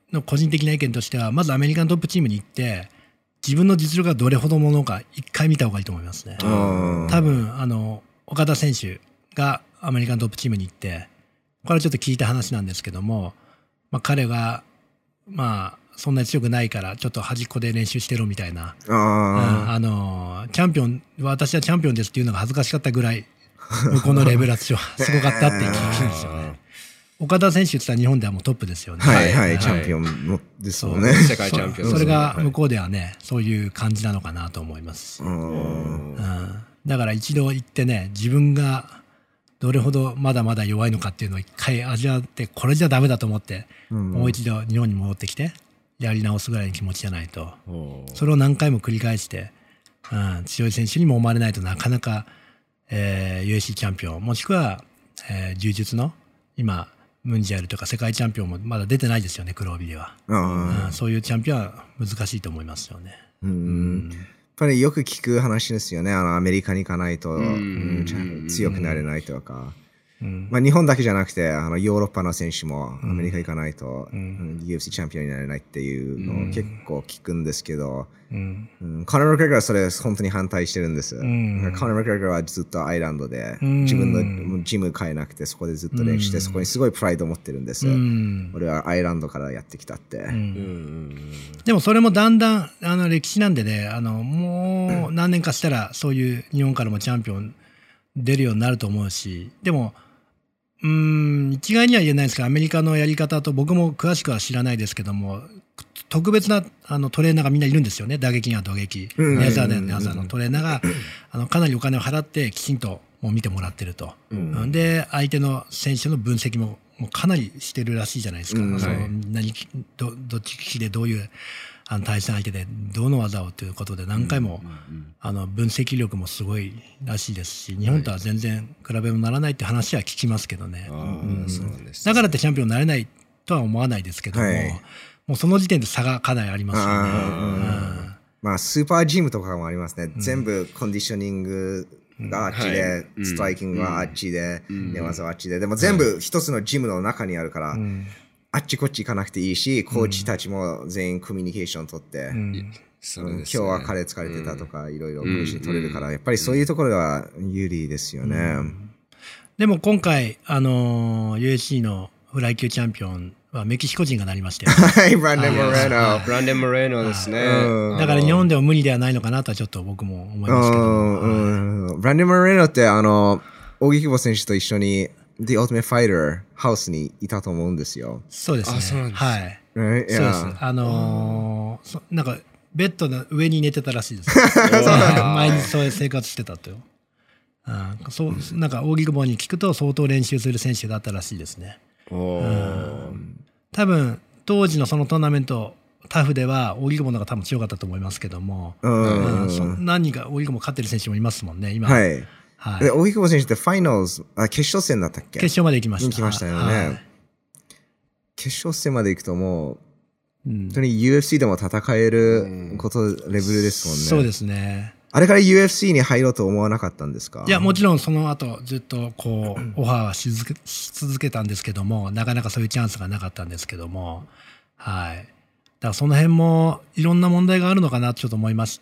の個人的な意見としては、まずアメリカのトップチームに行って、自分の実力がどれほどものか一回見た方がいいと思いますね。多分岡田選手がアメリカのトップチームに行って、これはちょっと聞いた話なんですけども、彼がそんなに強くないからちょっと端っこで練習してろみたいな、チャンピオン、私はチャンピオンですっていうのが恥ずかしかったぐらい向こうのレベルはすごかったって聞くんですよね。岡田選手って言ったら日本ではもうトップですよね。 はいはい、チャンピオンのですもんね。 世界チャンピオン。 それが向こうではね、そういう感じなのかなと思いますし。だから一度行ってね、自分がどれほどまだまだ弱いのかっていうのを一回味わって、これじゃダメだと思って、もう一度日本に戻ってきて、やり直すぐらいの気持ちじゃないと、それを何回も繰り返して、強い選手にも思われないとなかなか、UFC チャンピオン、もしくは、柔術の今、ムンジャルとか世界チャンピオンもまだ出てないですよね、黒帯では。そういうチャンピオンは難しいと思いますよね。 やっぱりよく聞く話ですよね。アメリカに行かないと強くなれないとか。日本だけじゃなくて、ヨーロッパの選手もアメリカ行かないと、UFC チャンピオンになれないっていうのを結構聞くんですけど、コナー・マクレガーはそれ本当に反対してるんす。コナー・マクレガーはずっとアイランドで、自分のジム変えなくて、そこでずっと練習して、そこにすごいプライドを持ってるんです。俺はアイランドからやってきたって。 でもそれもだんだん歴史なんでね、もう何年かしたらそういう日本からもチャンピオン出るようになると思うし、でも一概には言えないですけど、アメリカのやり方と僕も詳しくは知らないですけども、特別なトレーナーがみんないるんですよね。打撃には打撃、ネザーのトレーナーがかなりお金を払ってきちんともう見てもらってると、で相手の選手の分析もかなりしてるらしいじゃないですか。どっち利きでどういう対戦相手でどの技をということで何回も分析力もすごいらしいですし、日本とは全然比べもならないって話は聞きますけどね。だからってチャンピオンになれないとは思わないですけども、もうその時点で差がかなりありますよね。 スーパージムとかもありますね。全部コンディショニングがあっちで、ストライキングはあっちで、寝技はあっちで、でも全部一つのジムの中にあるから、あっちこっち行かなくていいし、コーチたちも全員コミュニケーション取って、今日は彼疲れてたとか、いろいろコミュニケーション取れるから、やっぱりそういうところが有利ですよね。 でも今回、UFC のフライ級チャンピオンはメキシコ人がなりましたよね。 はい、ブランデン・モレーノ。 ブランデン・モレーノですね。 だから日本でも無理ではないのかなとはちょっと僕も思いますけど。 ブランデン・モレーノって、扇久保選手と一緒に、The Ultimate Fighter ハウスにいたと思うんですよ。 そうですね。 そうなんです。 はい。そうです。なんか、ベッドの上に寝てたらしいです。毎日そういう生活してたと。なんか、扇久保に聞くと相当練習する選手だったらしいですね。多分、当時のそのトーナメント、タフでは扇久保の方が多分強かったと思いますけども、何人か扇久保勝ってる選手もいますもんね、今。 はい。扇久保選手ってファイナルズ、決勝戦だったっけ？ 決勝まで行きました。 行きましたよね。決勝戦まで行くともう、本当に UFC でも戦えることレベルですもんね。 そうですね。 あれから UFC に入ろうと思わなかったんですか？ いや、もちろんその後ずっとこう、オファーはし続けたんですけども、なかなかそういうチャンスがなかったんですけども、はい。だからその辺もいろんな問題があるのかなとちょっと思いまして、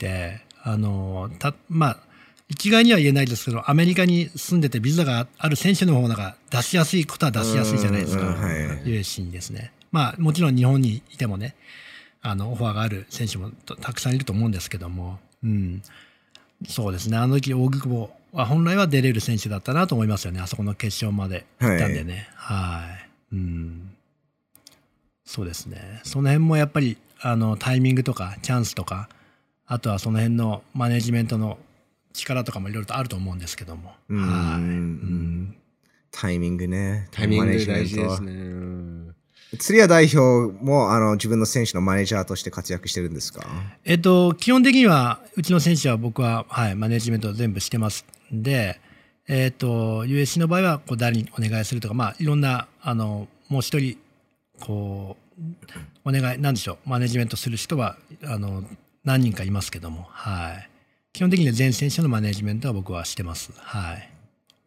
一概には言えないですけど、アメリカに住んでてビザがある選手の方が出しやすいことは出しやすいじゃないですか、UFC にですね。もちろん日本にいてもね、オファーがある選手もたくさんいると思うんですけども、そうですね、あの時、扇久保は本来は出れる選手だったなと思いますよね、あそこの決勝まで行ったんでね。そうですね、その辺もやっぱりタイミングとかチャンスとか、あとはその辺のマネジメントの力とかもいろいろとあると思うんですけども。 タイミングね。 タイミング大事ですね。 釣谷代表も自分の選手のマネージャーとして活躍してるんですか？ 基本的にはうちの選手は僕は、マネジメントを全部してますんで、USC の場合は誰にお願いするとか、いろんなもう一人お願いなんでしょう、マネジメントする人は何人かいますけども、基本的には全選手のマネジメントは僕はしてます。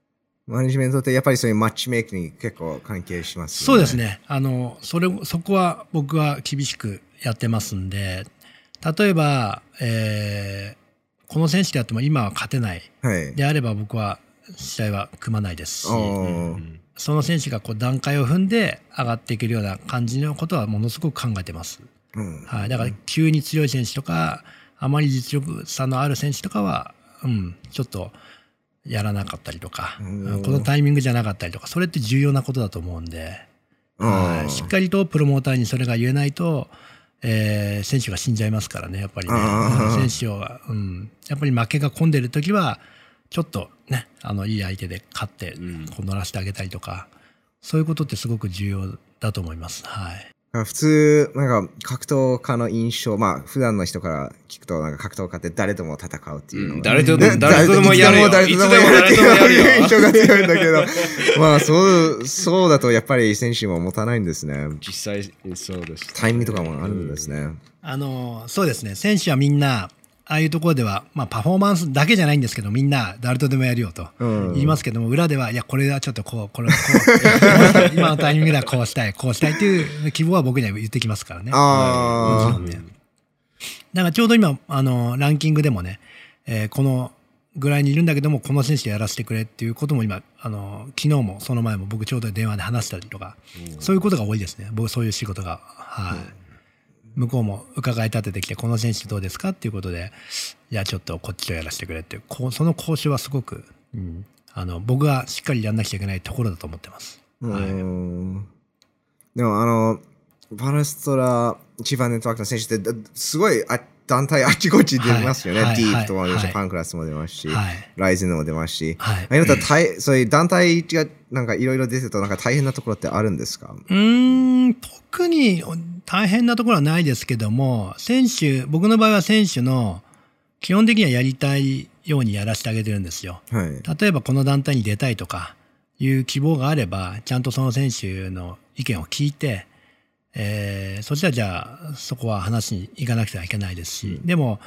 マネジメントってやっぱりそういうマッチメイクに結構関係しますよね。そうですね。そこは僕は厳しくやってますんで、例えば、この選手であっても今は勝てないであれば僕は試合は組まないですし、その選手がこう段階を踏んで上がっていけるような感じのことはものすごく考えてます。はい、だから急に強い選手とかあまり実力差のある選手とかは、ちょっとやらなかったりとか、このタイミングじゃなかったりとか、それって重要なことだと思うんで、しっかりとプロモーターにそれが言えないと、選手が死んじゃいますからね、やっぱりね。選手を、やっぱり負けが込んでるときは、ちょっとね、いい相手で勝って、こう乗らせてあげたりとか、そういうことってすごく重要だと思います。はい。 普通、なんか格闘家の印象、まあ普段の人から聞くと、なんか格闘家って誰とも戦うっていうのが、 誰とでもやるよ。 誰とでもやるっていう印象が強いんだけど、まあそうだとやっぱり選手も持たないんですね。 実際そうです。 タイミングとかもあるんですね。 そうですね。選手はみんな、ああいうところでは、まあパフォーマンスだけじゃないんですけど、みんな誰とでもやるよと言いますけども、裏では、いや、これはちょっとこう、今のタイミングではこうしたいっていう希望は僕には言ってきますからね。もちろんね。だからちょうど今、ランキングでもね、このぐらいにいるんだけども、この選手やらせてくれっていうことも今、昨日もその前も僕ちょうど電話で話したりとか、そういうことが多いですね。僕そういう仕事が。はい。向こうも伺い立ててきて、この選手どうですかっていうことで、いや、ちょっとこっちをやらせてくれっていう、その交渉はすごく、僕がしっかりやんなきゃいけないところだと思ってます。はい、 でも、パレストラ、千葉ネットワークの選手って、すごい団体あっちこっち出ますよね。ディープとも出ますし、ファンクラスも出ますし、ライゼンも出ますし。そういう団体がなんかいろいろ出てると、なんか大変なところってあるんですか？ 特に大変なところはないですけども、僕の場合は選手の基本的にはやりたいようにやらせてあげてるんですよ。例えばこの団体に出たいとかいう希望があれば、ちゃんとその選手の意見を聞いて、そしたらじゃあそこは話に行かなくてはいけないですし、でも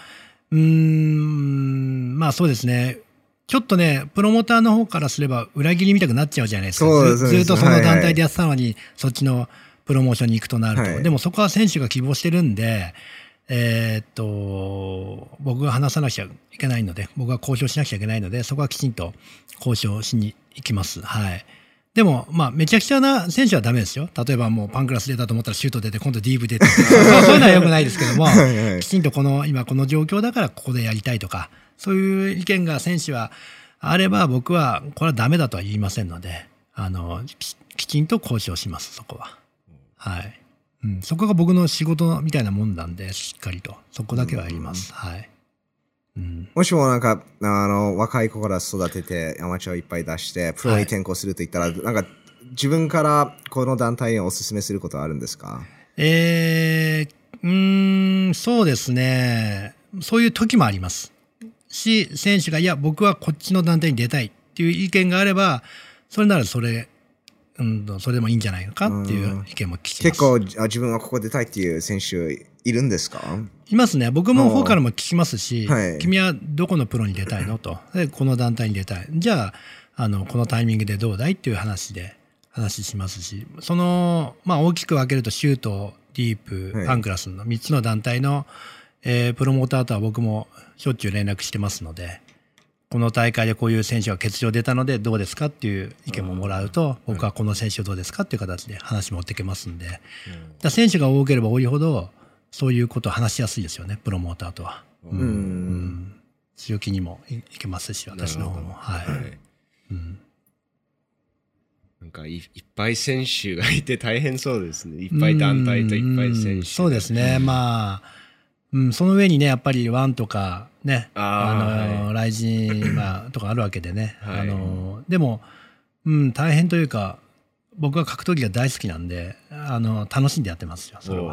まあそうですね、ちょっとねプロモーターの方からすれば裏切りみたくなっちゃうじゃないですか。ずっとその団体でやってたのに、そっちのプロモーションに行くとなると、でもそこは選手が希望してるんで、僕が話さなきゃいけないので、僕が交渉しなきゃいけないので、そこはきちんと交渉しに行きます。はい。でも、まあ、めちゃくちゃな選手はダメですよ。例えばもうパンクラス出たと思ったらシュート出て、今度ディーブ出て。そういうのは良くないですけども、きちんと今この状況だからここでやりたいとか、そういう意見が選手はあれば、僕はこれはダメだとは言いませんので、きちんと交渉します、そこは。はい。そこが僕の仕事みたいなもんなんで、しっかりと。そこだけはやります。はい。 もしもなんか、若い子から育てて、アマチュアをいっぱい出して、プロに転向すると言ったら、なんか、自分からこの団体にお勧めすることはあるんですか？ そうですね。そういう時もあります。選手が、いや、僕はこっちの団体に出たいっていう意見があれば、それならそれでもいいんじゃないのかっていう意見も聞きます。 結構、自分はここ出たいっていう選手いるんですか？ いますね。僕も方からも聞きますし、君はどこのプロに出たいのと。で、この団体に出たい。じゃあ、このタイミングでどうだいっていう話しますし、まあ大きく分けるとシュート、ディープ、ファンクラスの3つの団体の、プロモーターとは僕もしょっちゅう連絡してますので、この大会でこういう選手が欠場出たのでどうですかっていう意見ももらうと、僕はこの選手どうですかっていう形で話持ってきますんで、選手が多ければ多いほどそういうことを話しやすいですよね、プロモーターとは。強気にもいけますし、私の方も。はい。 なんかいっぱい選手がいて大変そうですね。いっぱい団体といっぱい選手。 そうですね。まあ。その上にね、やっぱりワンとかね、ライジンとかあるわけでね、でも、大変というか、僕は格闘技が大好きなんで、楽しんでやってますよ、それは。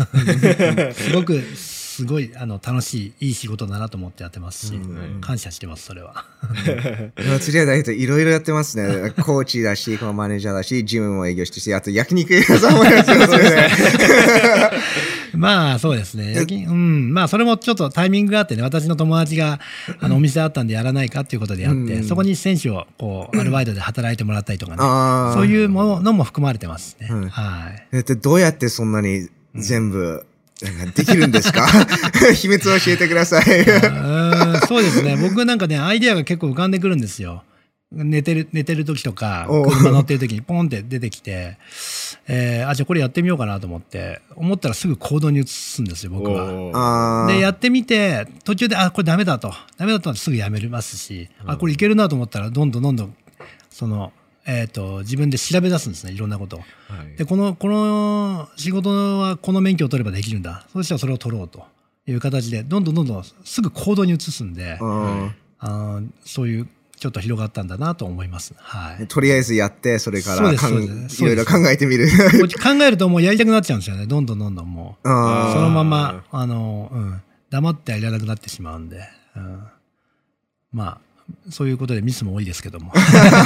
すごい楽しい、いい仕事だなと思ってやってますし、感謝してます、それは。 釣り屋大といろいろやってますね。コーチだし、マネージャーだし、ジムも営業してし、あと焼肉屋さんもやってますよね。 まあそうですね。まあそれもちょっとタイミングがあってね、私の友達がお店あったんでやらないかっていうことでやって、そこに選手をこうアルバイトで働いてもらったりとかね、そういうものも含まれてますね。はい。 どうやってそんなに全部できるんですか？秘密を教えてください。 そうですね。僕なんかね、アイデアが結構浮かんでくるんですよ。寝てる時とか、車乗ってる時にポンって出てきて、じゃあこれやってみようかなと思ったらすぐ行動に移すんですよ、僕は。で、やってみて、途中で、これダメだとすぐやめますし、これいけるなと思ったら、どんどん、自分で調べ出すんですね、いろんなことを。で、この仕事はこの免許を取ればできるんだ。そうしたらそれを取ろうという形で、どんどんすぐ行動に移すんで、そういう、ちょっと広がったんだなと思います。はい。 とりあえずやって、それからいろいろ考えてみる。 考えるともうやりたくなっちゃうんですよね。どんどんもう。そのまま、黙ってはいらなくなってしまうんで。まあ、そういうことでミスも多いですけども。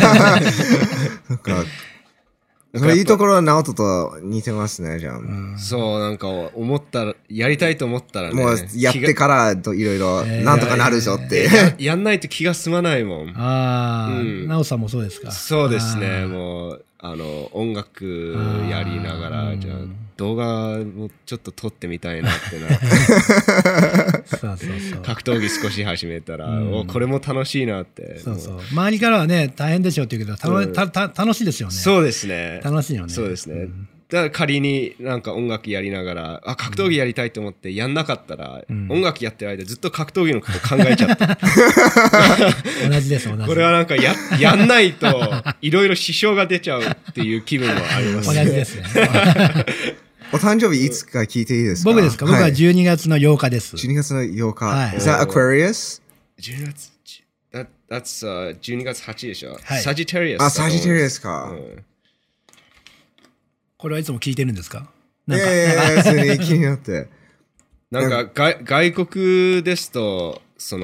いいところはナオトと似てますね、じゃあ。 そう、なんかやりたいと思ったらね。 もうやってからいろいろなんとかなるぞって。 やんないと気が済まないもん。 ナオさんもそうですか？ そうですね、もう、音楽やりながら、じゃあ動画もちょっと撮ってみたいなってな。格闘技少し始めたら、これも楽しいなって。 周りからはね、大変でしょって言うけど、楽しいですよね。 そうですね。 楽しいよね。 そうですね。だから仮になんか音楽やりながら、格闘技やりたいと思ってやんなかったら、音楽やってる間ずっと格闘技のこと考えちゃった。 同じです、同じ。 これはなんかやんないといろいろ支障が出ちゃうっていう気分はあります。 同じですね。 お誕生日いつか聞いていいですか？ 僕ですか？僕は12月の8日です。 12月の8日。Is that Aquarius? 12月、that's 12月8でしょ。 Sagittarius。Sagittarius か。 これはいつも聞いてるんですか？ 普通に気になって。 なんか外国ですと、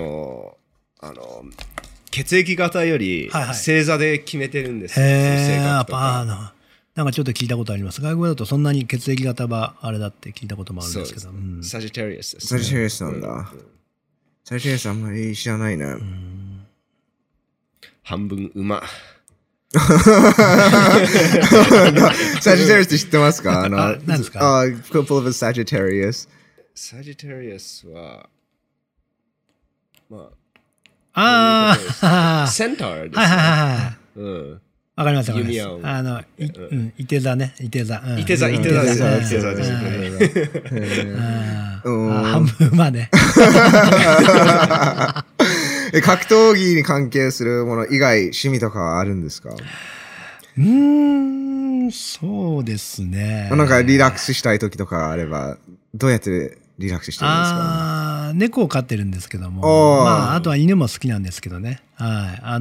血液型より星座で決めてるんですよ。 なんかちょっと聞いたことあります。外国だとそんなに血液型はあれだって聞いたこともあるんですけど。 サジタリアスです。 サジタリアスなんだ。サジタリアスあんまり知らないね。 半分馬。 サジタリアスって知ってますか？ 何ですか ？couple of Sagittarius。 サジタリアスは、まあ、 センターですね。 わかります。いて座ね。いて座。 いて座です。 半分馬ね。 格闘技に関係するもの以外、趣味とかはあるんですか？ そうですね。 なんかリラックスしたい時とかあれば、どうやってリラックスしてるんですか？ 猫を飼ってるんですけども、あとは犬も好きなんですけどね。はい。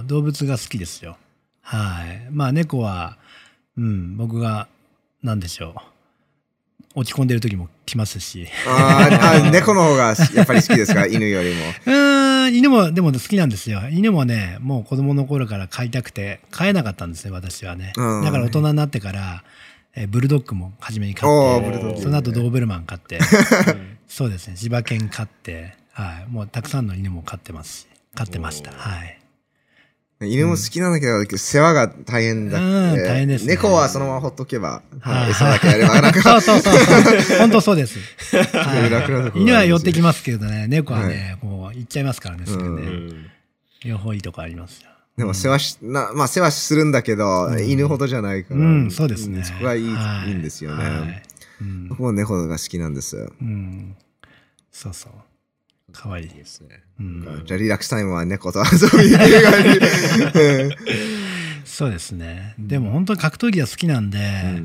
動物が好きですよ。はい。猫は、僕が、なんでしょう。落ち込んでる時も来ますし。 猫の方がやっぱり好きですか？犬よりも。 犬もでも好きなんですよ。犬もね、もう子供の頃から飼いたくて、飼えなかったんですね、私はね。だから大人になってから、ブルドッグも初めに飼って、その後ドーベルマン飼って、そうですね、柴犬飼って、はい。もうたくさんの犬も飼ってますし、飼ってました。はい。 犬も好きなんだけど、世話が大変だって。 大変ですね。 猫はそのままほっとけば、餌だけやれば、なんか。 そう。本当そうです。犬は寄ってきますけどね、猫はね、もう行っちゃいますからね、すぐね。両方いいとこありますよ。 でも世話するんだけど、犬ほどじゃないから。 そうですね。 そこはいいんですよね。僕も猫が好きなんです。 そう。かわいいですね。 じゃあリラックスタイムは猫と遊びに行く。 そうですね。でも本当に格闘技が好きなんで、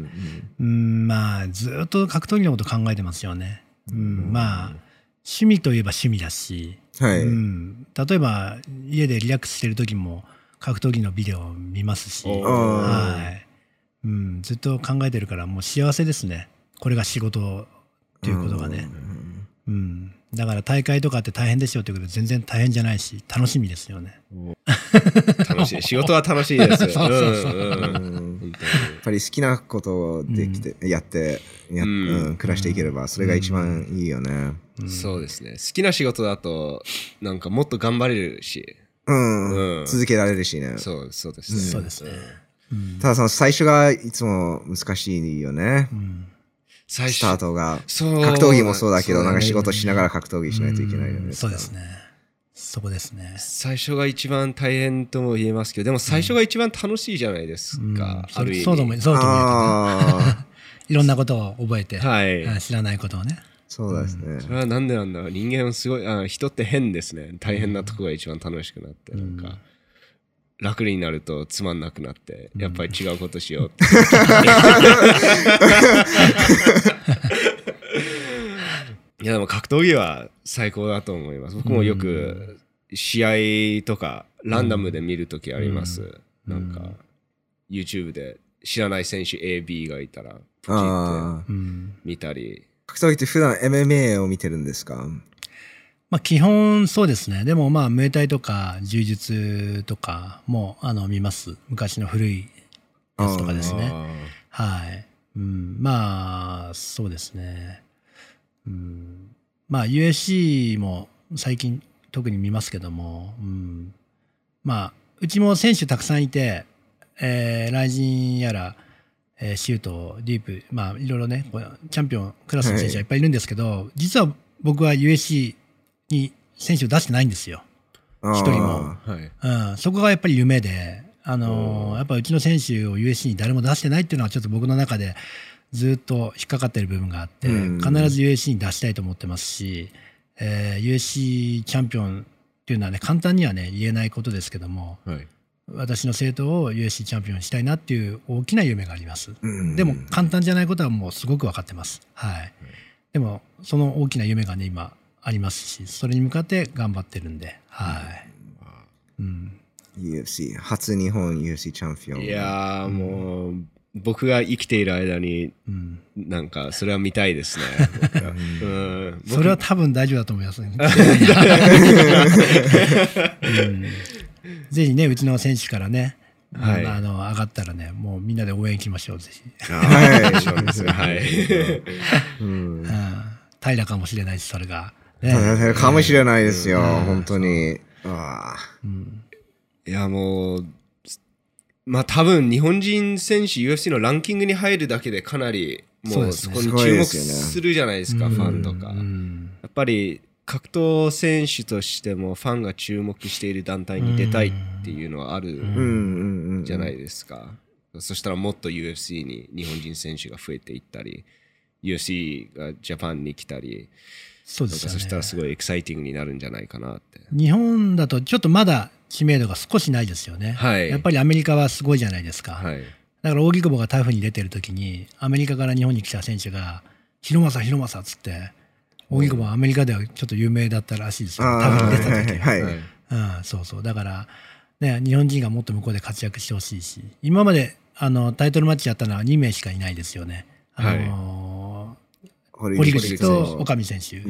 ずっと格闘技のこと考えてますよね。趣味といえば趣味だし、例えば家でリラックスしてる時も格闘技のビデオを見ますし、ずっと考えてるからもう幸せですね。これが仕事っていうことがね。だから大会とかって大変ですよって言うけど全然大変じゃないし楽しみですよね。 楽しい。仕事は楽しいです。 ぱり好きなことをできて、やって、暮らしていければ、それが一番いいよね。 そうですね。好きな仕事だと、なんかもっと頑張れるし。 続けられるしね。 そうですね。 そうですね。 ただその最初がいつも難しいよね。スタートが。格闘技もそうだけど、なんか仕事しながら格闘技しないといけないよね。 そうですね。そこですね。 最初が一番大変とも言えますけど、でも最初が一番楽しいじゃないですか。ある意味。 そうとも言うけど。いろんなことを覚えて、知らないことをね。 そうですね。 それはなんでなんだろう。人間はすごい、人って変ですね。大変なとこが一番楽しくなって、なんか、楽になるとつまんなくなって、やっぱり違うことしようって。いやでも格闘技は最高だと思います。僕もよく試合とかランダムで見るときあります。なんか YouTube で知らない選手 A、B がいたらポチって見たり。 格闘技って普段 MMA を見てるんですか？ まあ基本そうですね。でもまあムエタイとか柔術とかも見ます。昔の古いやつとかですね。はい。まあそうですね。まあ UFC も最近特に見ますけども、まあうちも選手たくさんいて、ライジンやら、シュート、ディープ、まあいろいろね、チャンピオンクラスの選手はいっぱいいるんですけど、実は僕は UFC に選手を出してないんですよ。一人も、そこがやっぱり夢で、やっぱうちの選手を UFC に誰も出してないっていうのはちょっと僕の中でずっと引っかかってる部分があって、必ず UFC に出したいと思ってますし、UFC チャンピオンっていうのはね、簡単にはね、言えないことですけども、私の生徒を UFC チャンピオンにしたいなっていう大きな夢があります。でも簡単じゃないことはもうすごく分かってます。はい。でもその大きな夢がね、今ありますし、それに向かって頑張ってるんで、はい。 UFC 初日本 UFC チャンピオン。 いやーもう僕が生きている間に、なんかそれは見たいですね。 それは多分大丈夫だと思いますね。ぜひね、うちの選手からね、上がったらね、もうみんなで応援行きましょう、ぜひ。 そうです。はい。 平らかもしれないし、それが。 かもしれないですよ、本当に。 いや、もう、まあ多分日本人選手 UFC のランキングに入るだけでかなりもうそこに注目するじゃないですか、ファンとか。やっぱり格闘選手としてもファンが注目している団体に出たいっていうのはあるじゃないですか。そしたらもっと UFC に日本人選手が増えていったり、UFC がジャパンに来たり、そうですね、そしたらすごいエキサイティングになるんじゃないかなって。 日本だとちょっとまだ知名度が少しないですよね。やっぱりアメリカはすごいじゃないですか。だから扇久保がタフに出てる時にアメリカから日本に来た選手が広政っつって扇久保はアメリカではちょっと有名だったらしいですよ、タフに出た時。そうそう、だからね、日本人がもっと向こうで活躍してほしいし、今までタイトルマッチやったのは2名しかいないですよね。堀口と岡見選手。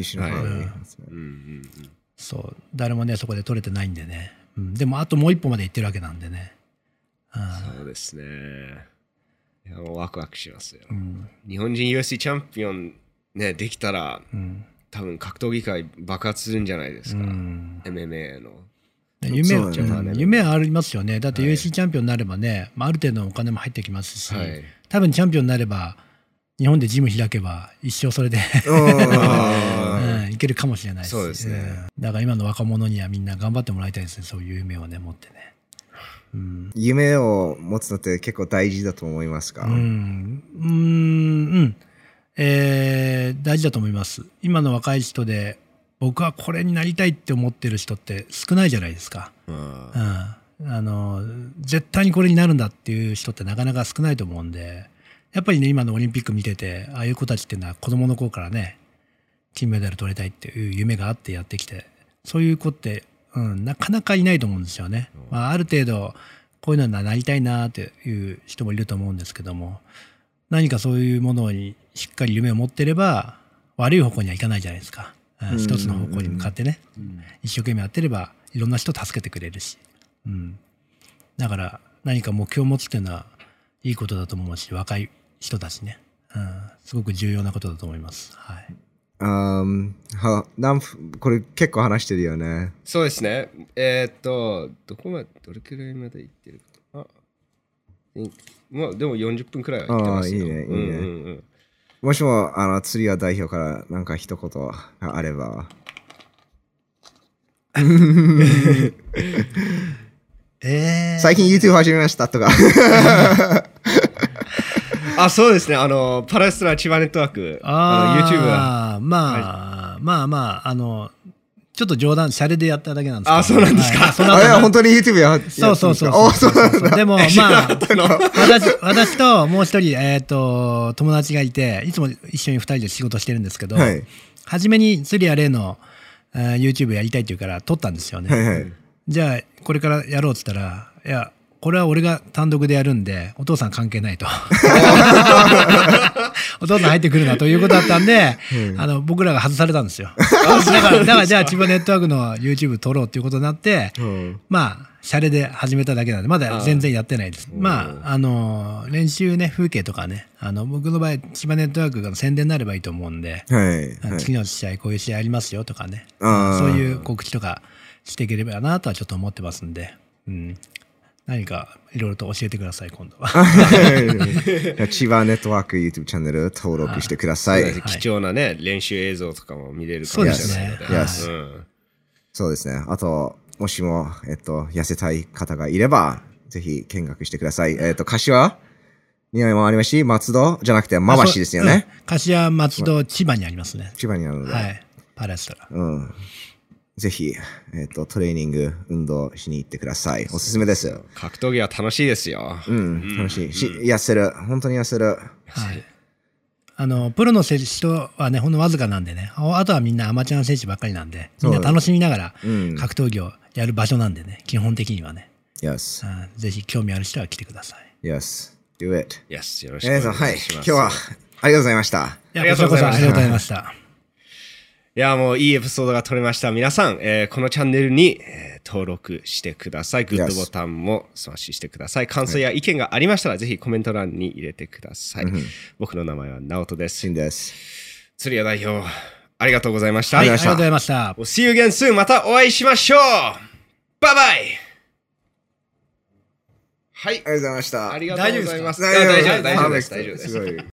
そう、誰もねそこで取れてないんでね。でもあともう一歩まで行ってるわけなんでね。 そうですね。いやもうワクワクしますよ。日本人 UFC チャンピオンねできたら、多分格闘技界爆発するんじゃないですか。MMA の。夢はありますよね。だって UFC チャンピオンになればね、ある程度のお金も入ってきますし、多分チャンピオンになれば日本でジム開けば一生それでいけるかもしれないし。そうですね。だから今の若者にはみんな頑張ってもらいたいですね。そういう夢をね持ってね。 夢を持つのって結構大事だと思いますか？ 大事だと思います。今の若い人で僕はこれになりたいって思ってる人って少ないじゃないですか。絶対にこれになるんだっていう人ってなかなか少ないと思うんで、やっぱりね今のオリンピック見てて、ああいう子たちっていうのは子供の頃からね金メダル取りたいっていう夢があってやってきて、そういう子って、なかなかいないと思うんですよね。ある程度こういうのになりたいなっていう人もいると思うんですけども、何かそういうものにしっかり夢を持ってれば悪い方向にはいかないじゃないですか。一つの方向に向かってね、一生懸命やってればいろんな人助けてくれるし、だから何か目標を持つっていうのはいいことだと思うし、若い人たちね、すごく重要なことだと思います。はい。 これ結構話してるよね。 そうですね。どれくらいまで行ってるか。まあ、でも40分くらいは行ってますよ。 いいね、いいね。もしも、釣り屋代表からなんか一言があれば。最近 YouTube 始めましたとか。 そうですね。パレスチナ千葉ネットワーク、YouTube は。 ちょっと冗談、シャレでやっただけなんですけど。 そうなんですか。 本当に YouTube やってるんですか。 そう。でも、私ともう一人、友達がいて、いつも一緒に二人で仕事してるんですけど、初めに釣りや例の YouTube やりたいって言うから撮ったんですよね。じゃあ、これからやろうって言ったら、いや、これは俺が単独でやるんで、お父さん関係ないと。お父さん入ってくるなということだったんで、僕らが外されたんですよ。だからじゃあ千葉ネットワークの YouTube 撮ろうっていうことになって、シャレで始めただけなんで、まだ全然やってないです。練習ね、風景とかね、僕の場合、千葉ネットワークが宣伝になればいいと思うんで、次の試合、こういう試合ありますよとかね、そういう告知とかしていければなとはちょっと思ってますんで、何かいろいろと教えてください、今度は。 千葉ネットワーク YouTube チャンネル登録してください。 貴重なね、練習映像とかも見れるかもしれないので。 そうですね。あと、もしも、痩せたい方がいれば、ぜひ見学してください。柏にもありますし、松戸じゃなくて、馬橋ですよね。 柏、松戸、千葉にありますね。 千葉にあるので。 はい。パレストラ。 ぜひ、トレーニング、運動しに行ってください。おすすめです。 格闘技は楽しいですよ。 楽しい。痩せる。本当に痩せる。 はい。プロの人はね、ほんのわずかなんでね、あとはみんなアマチュアの選手ばっかりなんで、みんな楽しみながら格闘技をやる場所なんでね、基本的にはね。ぜひ興味ある人は来てください。 Yes. Do it. Yes. よろしくお願いします。 はい。今日はありがとうございました。 ありがとうございました。 いや、もういいエピソードが撮れました。皆さん、このチャンネルに、登録してください。グッドボタンもスマッシュしてください。感想や意見がありましたら、ぜひコメント欄に入れてください。僕の名前はナオトです。 シンです。 釣り屋代表、ありがとうございました。 ありがとうございました。 We'll see you again soon. またお会いしましょう。バイバイ。はい。 ありがとうございました。 ありがとうございます。大丈夫です。